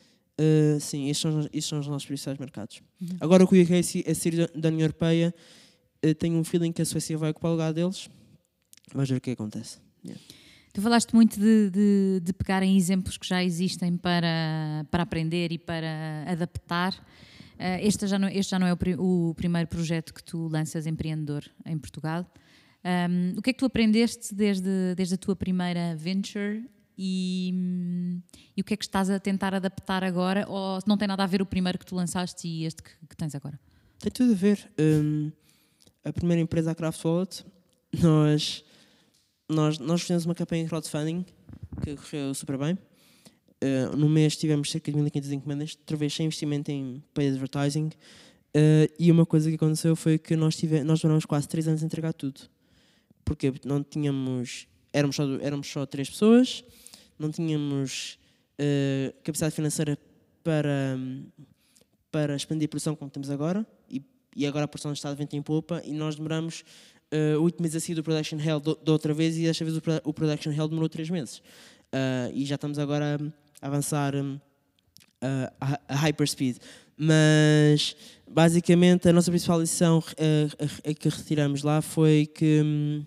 Uh, sim, estes são, estes são os nossos principais mercados. Agora que o U K é sair da, da União Europeia, uh, tenho um feeling que a Suécia vai ocupar o lugar deles. Vamos ver o que acontece. Yeah. Tu falaste muito de, de, de pegarem exemplos que já existem para, para aprender e para adaptar. Uh, este, já não, este já não é o, o primeiro projeto que tu lanças empreendedor em Portugal. Um, o que é que tu aprendeste desde, desde a tua primeira venture e, e o que é que estás a tentar adaptar agora? Ou não tem nada a ver o primeiro que tu lançaste e este que, que tens agora? Tem tudo a ver. Um, a primeira empresa, a Craft Wallet, nós, nós, nós fizemos uma campanha de crowdfunding que correu super bem. Uh, no mês tivemos cerca de mil e quinhentas encomendas, outra vez sem investimento em paid advertising. Uh, e uma coisa que aconteceu foi que nós, tive, nós duramos quase três anos a entregar tudo. Porquê? Porque não tínhamos... Éramos só, éramos só três pessoas, não tínhamos uh, capacidade financeira para, para expandir a produção como temos agora. E, e agora a produção está de vento em popa e nós demoramos uh, oito meses a sair do Production Hell da outra vez e desta vez o, o Production Hell demorou três meses. Uh, e já estamos agora a avançar um, uh, a, a hyperspeed. Mas, basicamente, a nossa principal lição uh, a, a que retiramos lá foi que um,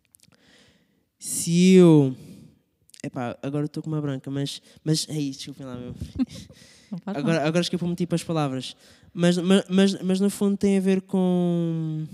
se eu... Epá, agora estou com uma branca, mas... mas é isso, desculpem lá mesmo. Agora, agora esqueci para tipo as palavras. Mas, mas, mas, mas, no fundo, tem a ver com...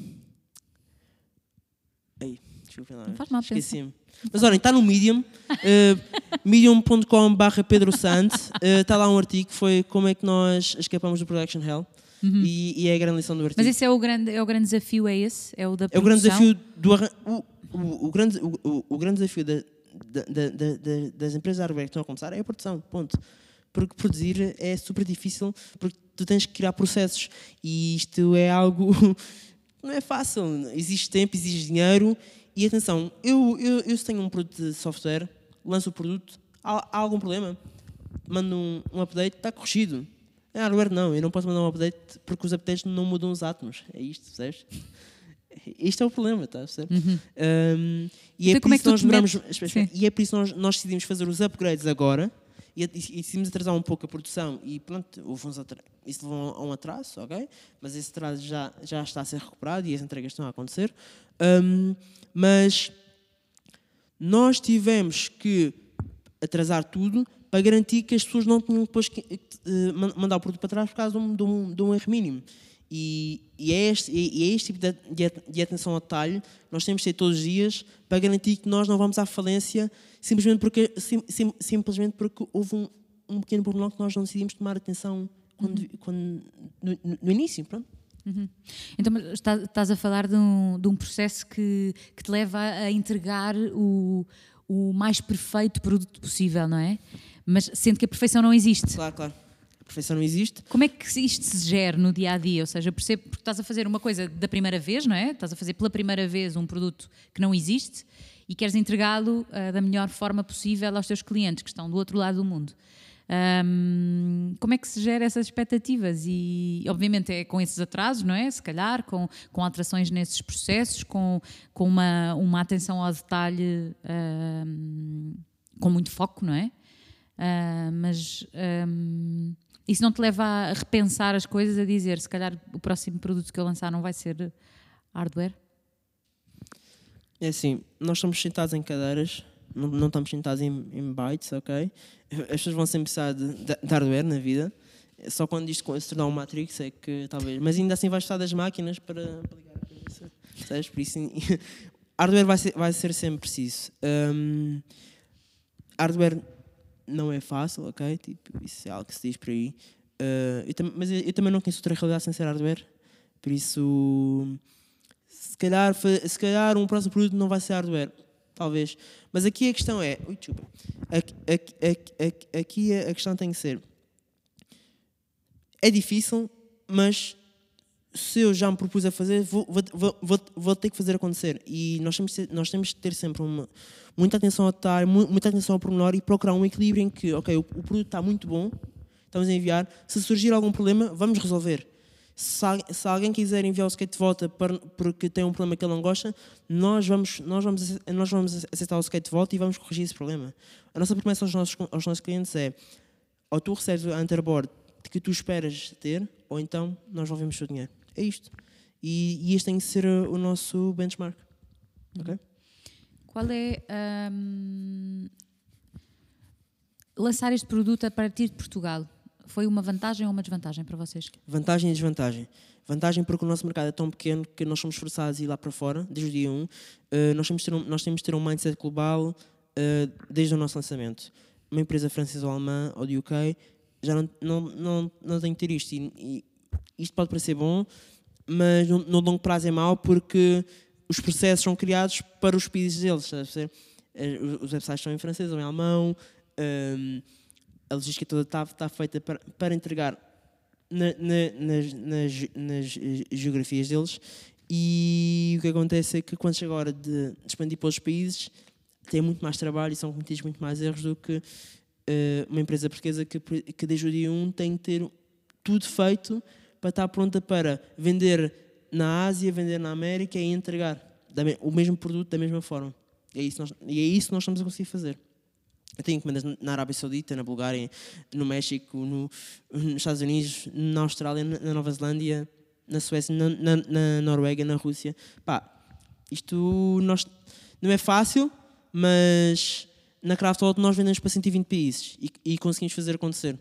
Ei, desculpem lá. Não faz mal, esqueci-me. Mas olhem, está no Medium, uh, medium ponto com barra Pedro Santos, está uh, lá um artigo que foi como é que nós escapamos do Production Hell. Uhum. e, e é a grande lição do artigo. Mas esse é o grande, é o grande desafio, é esse? É o da produção? É o grande desafio do arran... o, o, o, grande, o, o, o grande desafio da, da, da, da, das empresas de hardware que estão a começar é a produção, ponto. Porque produzir é super difícil, porque tu tens que criar processos e isto é algo... não é fácil, existe tempo, existe dinheiro. E atenção, eu, eu, eu se tenho um produto de software, lanço o produto, há, há algum problema? Mando um, um update, está corrigido. Em hardware não, eu não posso mandar um update porque os updates não mudam os átomos. É isto, percebes? Este é o problema, tá? Uhum. Um, e, então, é por isso é nós demoramos, e é por isso nós, nós decidimos fazer os upgrades agora e, e, e decidimos atrasar um pouco a produção e pronto, houve uns atra- isso levou a um atraso, ok? Mas esse atraso já, já está a ser recuperado e as entregas estão a acontecer. Um, mas nós tivemos que atrasar tudo para garantir que as pessoas não tinham depois que uh, mandar o produto para trás por causa de um, de um, de um erro mínimo. E, e, é este, e é este tipo de, de, de atenção ao detalhe nós temos de ter todos os dias para garantir que nós não vamos à falência simplesmente porque, sim, sim, simplesmente porque houve um, um pequeno problema que nós não decidimos tomar atenção quando, uhum. quando, no, no início. Pronto. Uhum. Então estás a falar de um, de um processo que, que te leva a entregar o, o mais perfeito produto possível, não é? Mas sendo que a perfeição não existe. Claro, claro. A perfeição não existe. Como é que isto se gera no dia-a-dia? Ou seja, percebo porque estás a fazer uma coisa da primeira vez, não é? Estás a fazer pela primeira vez um produto que não existe e queres entregá-lo uh, da melhor forma possível aos teus clientes que estão do outro lado do mundo. Um, como é que se gera essas expectativas? E obviamente é com esses atrasos, não é? Se calhar, com, com alterações nesses processos, com, com uma, uma atenção ao detalhe um, com muito foco, não é? Uh, mas um, isso não te leva a repensar as coisas, a dizer, se calhar o próximo produto que eu lançar não vai ser hardware? É assim, nós estamos sentados em cadeiras, não, não estamos sentados em, em bytes, ok? As pessoas vão sempre precisar de, de, de hardware na vida, só quando isto se tornar um Matrix é que talvez, mas ainda assim vais precisar das máquinas para, para ligar a cabeça, sabes? Por isso, hardware vai ser, vai ser sempre preciso. Um, hardware não é fácil, ok? Tipo, isso é algo que se diz por aí. Uh, eu tam- mas eu, eu também não conheço outra realidade sem ser hardware, por isso, se calhar, se calhar um próximo produto não vai ser hardware. Talvez. Mas aqui a questão é... Ui, desculpa. Aqui, aqui, aqui, aqui a questão tem que ser... É difícil, mas se eu já me propus a fazer, vou, vou, vou, vou ter que fazer acontecer. E nós temos, nós temos que ter sempre uma, muita atenção ao detalhe, muita atenção ao pormenor e procurar um equilíbrio em que, ok, o, o produto está muito bom, estamos a enviar, se surgir algum problema, vamos resolver. Se, se alguém quiser enviar o skate de volta para, porque tem um problema que ele não gosta, nós vamos, nós, vamos, nós vamos aceitar o skate de volta e vamos corrigir esse problema. A nossa promessa aos nossos, aos nossos clientes é: ou tu recebes a Underboard que tu esperas ter, ou então nós devolvemos o teu dinheiro. É isto. e, e este tem que ser o nosso benchmark. Okay? Qual é um, lançar este produto a partir de Portugal? Foi uma vantagem ou uma desvantagem para vocês? Vantagem e desvantagem. Vantagem porque o nosso mercado é tão pequeno que nós somos forçados a ir lá para fora, desde o dia um. Uh, nós, temos de ter um, nós temos de ter um mindset global uh, desde o nosso lançamento. Uma empresa francesa ou alemã ou do U K já não, não, não, não tem que ter isto. E, e isto pode parecer bom, mas no, no longo prazo é mau porque os processos são criados para os países deles. Os websites são em francês ou em alemão, um, a logística toda está, está feita para, para entregar na, na, nas, nas, nas geografias deles, e o que acontece é que quando chega a hora de expandir para outros países tem muito mais trabalho e são cometidos muito mais erros do que uh, uma empresa portuguesa que, que desde o dia um tem que ter tudo feito para estar pronta para vender na Ásia, vender na América e entregar o mesmo produto da mesma forma. E é isso, nós, e é isso que nós estamos a conseguir fazer. Eu tenho encomendas na Arábia Saudita, na Bulgária, no México, no, nos Estados Unidos, na Austrália, na Nova Zelândia, na Suécia, na, na, na Noruega, na Rússia. Pá, isto nós, não é fácil, mas na Craftworld nós vendemos para cento e vinte países e, e conseguimos fazer acontecer.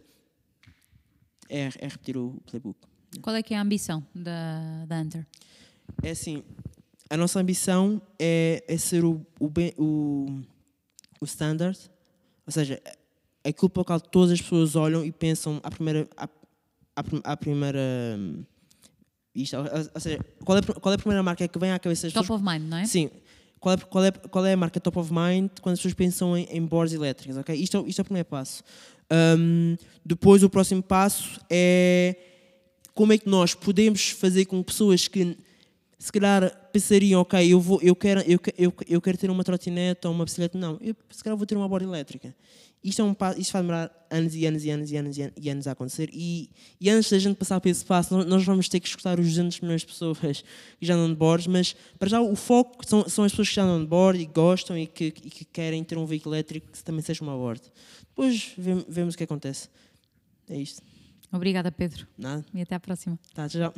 É, é repetir o playbook. Qual é que é a ambição da, da Hunter? É assim, a nossa ambição é, é ser o, o, o, o standard, ou seja, aquilo para o qual todas as pessoas olham e pensam à primeira... À, à, à primeira isto, ou seja, qual é, qual é a primeira marca que vem à cabeça das Top pessoas? Top of mind, não é? Sim. Qual é, qual, é, qual é a marca top of mind quando as pessoas pensam em, em boards elétricas? Okay? Isto, é, isto é o primeiro passo. Um, depois, o próximo passo é como é que nós podemos fazer com pessoas que se calhar pensariam, ok, eu, vou, eu, quero, eu, eu, eu quero ter uma trotinete ou uma bicicleta. Não, eu se calhar vou ter uma board elétrica. Isto, é um, isto vai demorar anos e anos e anos e anos e anos, e anos a acontecer. E, e antes da gente passar por esse passo, nós vamos ter que escutar os duzentos milhões de pessoas que já andam de boards, mas para já o foco são, são as pessoas que já andam de board e gostam e que, e que querem ter um veículo elétrico que também seja uma board. Depois vemos, vemos o que acontece. É isto. Obrigada, Pedro. Nada. E até à próxima. Tá, tchau.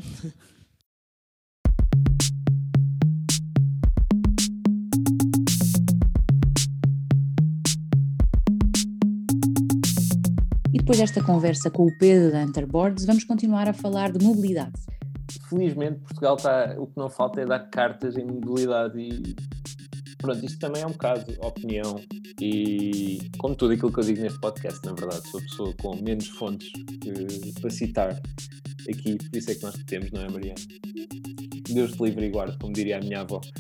E depois desta conversa com o Pedro da Hunter Boards, vamos continuar a falar de mobilidade. Felizmente, Portugal está, o que não falta é dar cartas em mobilidade e pronto, isto também é um bocado opinião e como tudo aquilo que eu digo neste podcast, na verdade, sou a pessoa com menos fontes que, para citar aqui, por isso é que nós temos, não é, Mariana? Deus te livre e guarde, como diria a minha avó.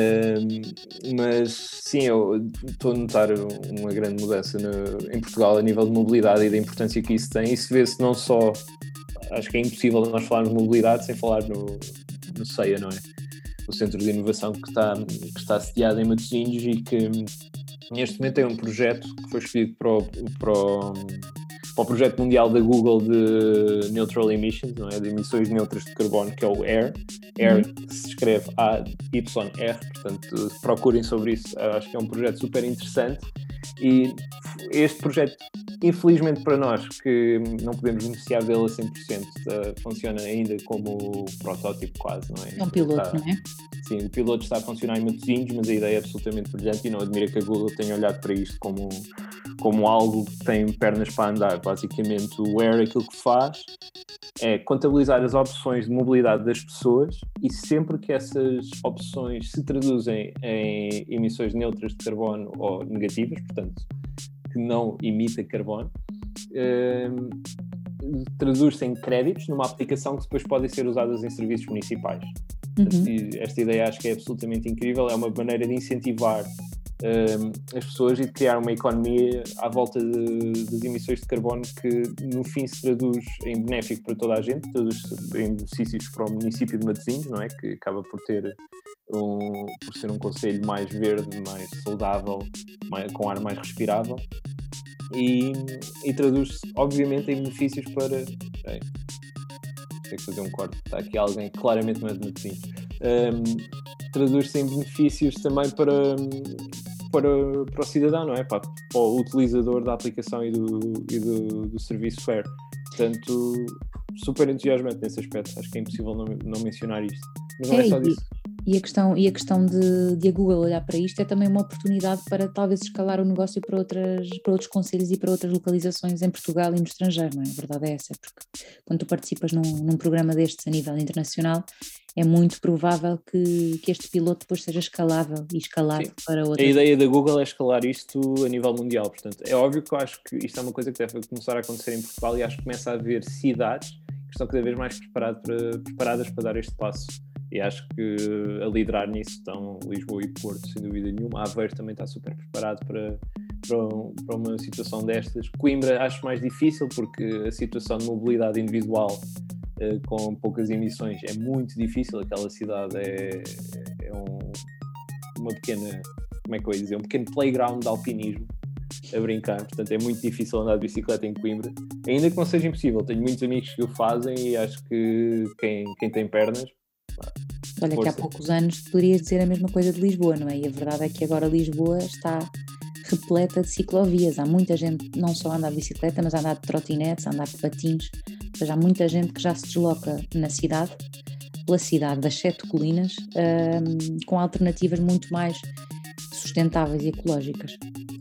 Um, mas sim, eu estou a notar uma grande mudança no, em Portugal a nível de mobilidade e da importância que isso tem. Isso vê-se não só, acho que é impossível nós falarmos de mobilidade sem falar no, no C E I A, não é? O Centro de Inovação que está, que está sediado em Matosinhos e que neste momento tem um projeto que foi escolhido para o, para o, para o projeto mundial da Google de Neutral Emissions, não é? De emissões neutras de carbono, que é o AIR. AIR se escreve A Y R, portanto procurem sobre isso, acho que é um projeto super interessante e este projeto, infelizmente para nós que não podemos beneficiar dele a cem por cento, funciona ainda como protótipo quase, não é? É um piloto, está, não é? Sim, o piloto está a funcionar em Matosinhos, mas a ideia é absolutamente brilhante e não admira que a Google tenha olhado para isto como, como algo que tem pernas para andar. Basicamente o AIR aquilo que faz é contabilizar as opções de mobilidade das pessoas e sempre que essas opções se traduzem em emissões neutras de carbono ou negativas, portanto, que não emita carbono, eh, traduz-se em créditos numa aplicação que depois podem ser usadas em serviços municipais. Uhum. Esta ideia acho que é absolutamente incrível, é uma maneira de incentivar Um, as pessoas e de criar uma economia à volta de, das emissões de carbono que no fim se traduz em benéfico para toda a gente, traduz em benefícios para o município de Matosinhos, não é? Que acaba por ter um, por ser um concelho mais verde, mais saudável, mais, com ar mais respirável e, e traduz-se obviamente em benefícios para bem, tenho que fazer um corte, está aqui alguém que claramente não é de Matosinhos. Um, traduz-se em benefícios também para, para, para o cidadão, não é? Para, para o utilizador da aplicação e do, e do, do serviço AIR. Portanto, super entusiasmante nesse aspecto. Acho que é impossível não, não mencionar isto. Mas não é, É, só e- disso. E a questão, e a questão de, de a Google olhar para isto é também uma oportunidade para talvez escalar o negócio para, outras, para outros concelhos e para outras localizações em Portugal e no estrangeiro, não é? A verdade é essa, porque quando tu participas num, num programa destes a nível internacional, é muito provável que, que este piloto depois seja escalável e escalado Sim. para A outras. ideia da Google é escalar isto a nível mundial, portanto, é óbvio que eu acho que isto é uma coisa que deve começar a acontecer em Portugal e acho que começa a haver cidades que estão cada vez mais preparado para, preparadas para dar este passo. E acho que a liderar nisso estão Lisboa e Porto, sem dúvida nenhuma. Aveiro também está super preparado para, para, um, para uma situação destas. Coimbra acho mais difícil porque a situação de mobilidade individual uh, com poucas emissões é muito difícil. Aquela cidade é, é um, uma pequena, como é que eu ia dizer, um pequeno playground de alpinismo a brincar, portanto é muito difícil andar de bicicleta em Coimbra, ainda que não seja impossível. Tenho muitos amigos que o fazem e acho que quem, quem tem pernas, Olha, que há força. poucos anos poderias dizer a mesma coisa de Lisboa, não é? E a verdade é que agora Lisboa está repleta de ciclovias. Há muita gente não só a andar de bicicleta, mas a andar de trotinetes, a andar de patins. Ou seja, há muita gente que já se desloca na cidade, pela cidade das sete colinas, hum, com alternativas muito mais sustentáveis e ecológicas.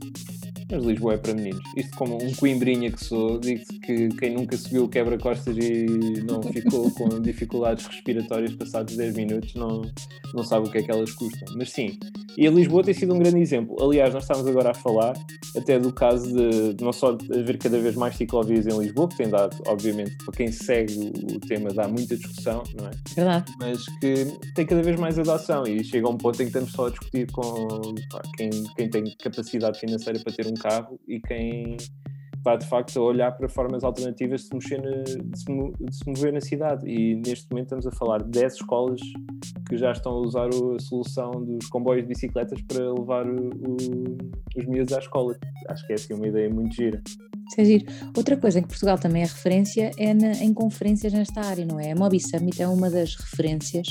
Mas Lisboa é para meninos. Isto como um coimbrinha que sou, digo-te que quem nunca subiu o quebra-costas e não ficou com dificuldades respiratórias passados dez minutos não, não sabe o que é que elas custam. Mas sim, e a Lisboa tem sido um grande exemplo. Aliás, nós estamos agora a falar até do caso de, de não só de haver cada vez mais ciclovias em Lisboa, que tem dado, obviamente, para quem segue o tema, dá muita discussão, não é? Verdade. Mas que tem cada vez mais adoção e chega a um ponto em que estamos só a discutir com pá, quem, quem tem capacidade financeira para ter um carro e quem está de facto a olhar para formas alternativas de se, mexer na, de, se, de se mover na cidade. E neste momento estamos a falar de dez escolas que já estão a usar a solução dos comboios de bicicletas para levar o, o, os miúdos à escola. Acho que é assim uma ideia muito gira. Isso é giro. Outra coisa em que Portugal também é referência é na, em conferências nesta área, não é? A Mobi Summit é uma das referências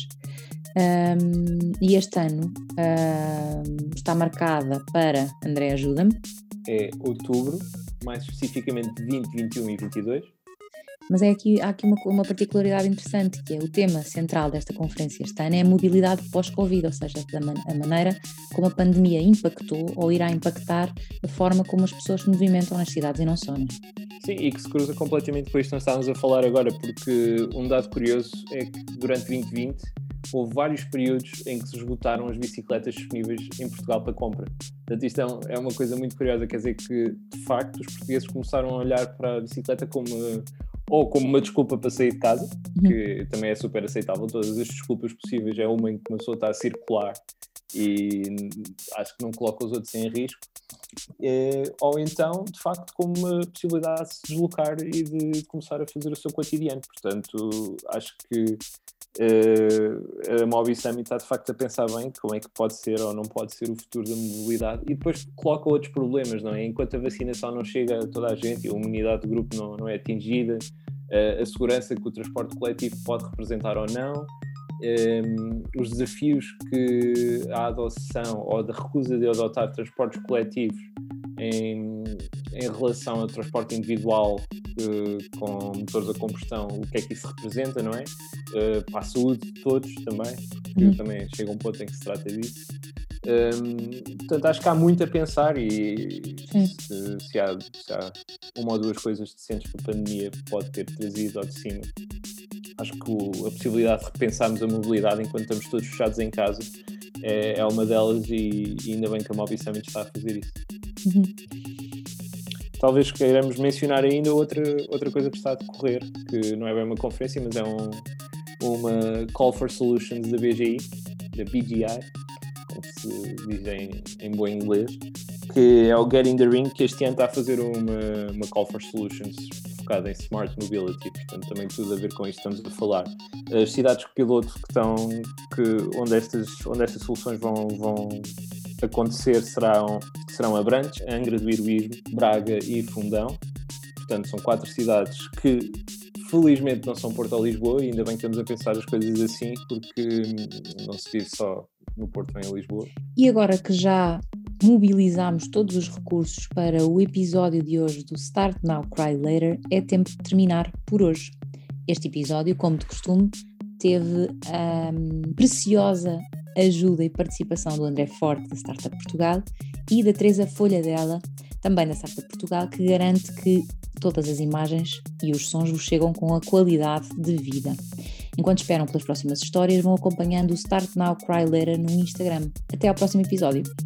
um, e este ano um, está marcada para, André, ajuda-me. É outubro, mais especificamente vinte, vinte e um e vinte e dois. Mas é aqui, há aqui uma, uma particularidade interessante, que é o tema central desta conferência este ano é a mobilidade pós-Covid, ou seja, a, man, a maneira como a pandemia impactou ou irá impactar a forma como as pessoas se movimentam nas cidades e não só, não é? Sim, e que se cruza completamente com isto que nós estávamos a falar agora, porque um dado curioso é que durante vinte vinte houve vários períodos em que se esgotaram as bicicletas disponíveis em Portugal para compra. Portanto, isto é uma coisa muito curiosa, quer dizer que, de facto, os portugueses começaram a olhar para a bicicleta como, ou como uma desculpa para sair de casa, uhum. que também é super aceitável, todas as desculpas possíveis, é uma em que uma pessoa está a circular e acho que não coloca os outros em risco, é, ou então, de facto, como uma possibilidade de se deslocar e de começar a fazer o seu cotidiano. Portanto, acho que Uh, a Mobi Summit está de facto a pensar bem como é que pode ser ou não pode ser o futuro da mobilidade e depois coloca outros problemas, não é? Enquanto a vacinação não chega a toda a gente e a imunidade do grupo não, não é atingida, uh, a segurança que o transporte coletivo pode representar ou não, um, os desafios que a adoção ou da recusa de adotar transportes coletivos em, em relação ao transporte individual uh, com motores a combustão, o que é que isso representa, não é? Uh, para a saúde de todos também, porque uhum. também chega um ponto em que se trata disso. Um, portanto, acho que há muito a pensar e se, se, há, se há uma ou duas coisas decentes que a pandemia pode ter trazido ao de cima, acho que o, a possibilidade de repensarmos a mobilidade enquanto estamos todos fechados em casa é, é uma delas e, e ainda bem que a Mobi Summit está a fazer isso. Uhum. Talvez queiramos mencionar ainda outra, outra coisa que está a decorrer, que não é bem uma conferência, mas é um, uma Call for Solutions da B G I, da B G I, como se diz em, em bom inglês, que é o Get in the Ring, que este ano está a fazer uma, uma Call for Solutions focada em Smart Mobility, portanto também tudo a ver com isto que estamos a falar. As cidades piloto que estão, que, onde, estas, onde estas soluções vão, vão acontecer serão, serão Abrantes, Angra do Heroísmo, Braga e Fundão. Portanto, são quatro cidades que felizmente não são Porto ou Lisboa, e ainda bem que estamos a pensar as coisas assim, porque não se vive só no Porto ou em Lisboa. E agora que já mobilizámos todos os recursos para o episódio de hoje do Start Now, Cry Later, é tempo de terminar por hoje. Este episódio, como de costume, teve a um, preciosa ajuda e participação do André Forte, da Startup Portugal, e da Teresa Folhadella, também da Startup Portugal, que garante que todas as imagens e os sons vos chegam com a qualidade de vida. Enquanto esperam pelas próximas histórias, vão acompanhando o Start Now Cry Later no Instagram. Até ao próximo episódio.